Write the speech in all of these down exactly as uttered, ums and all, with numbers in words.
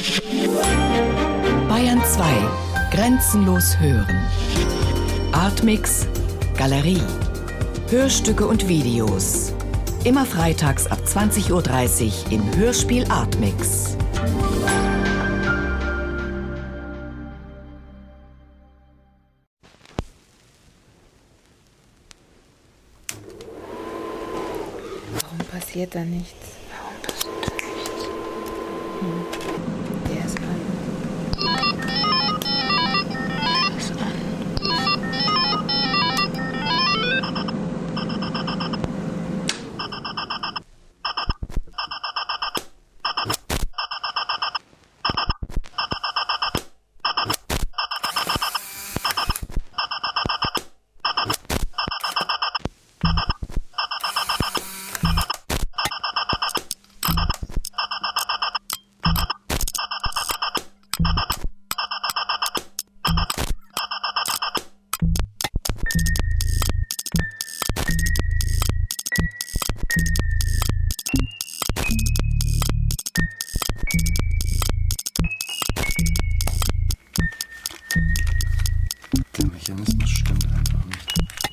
Bayern zwei. Grenzenlos hören. Artmix Galerie. Hörstücke und Videos. Immer freitags ab zwanzig Uhr dreißig im Hörspiel Artmix. Warum passiert da nichts? Warum passiert da nichts? Hm. Der ist an. Der ist an. Der Mechanismus stimmt einfach nicht.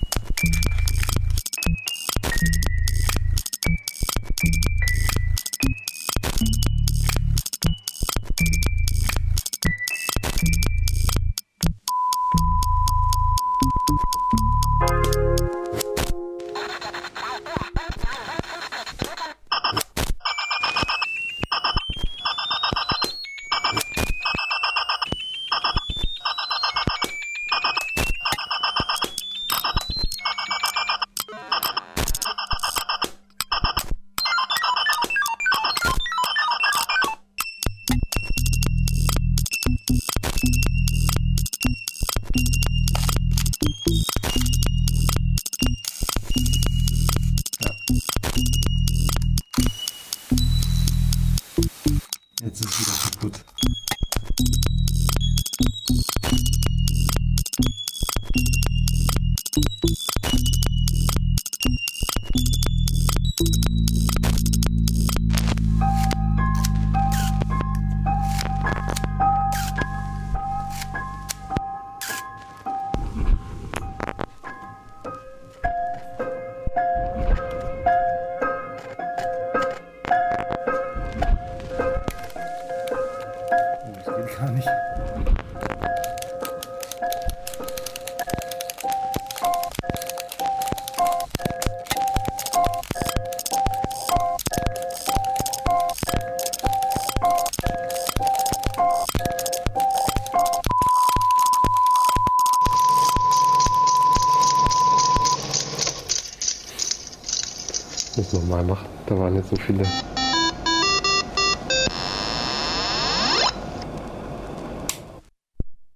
Jetzt ist es wieder kaputt. Das geht gar nicht. Ich muss nochmal machen. Da waren jetzt so viele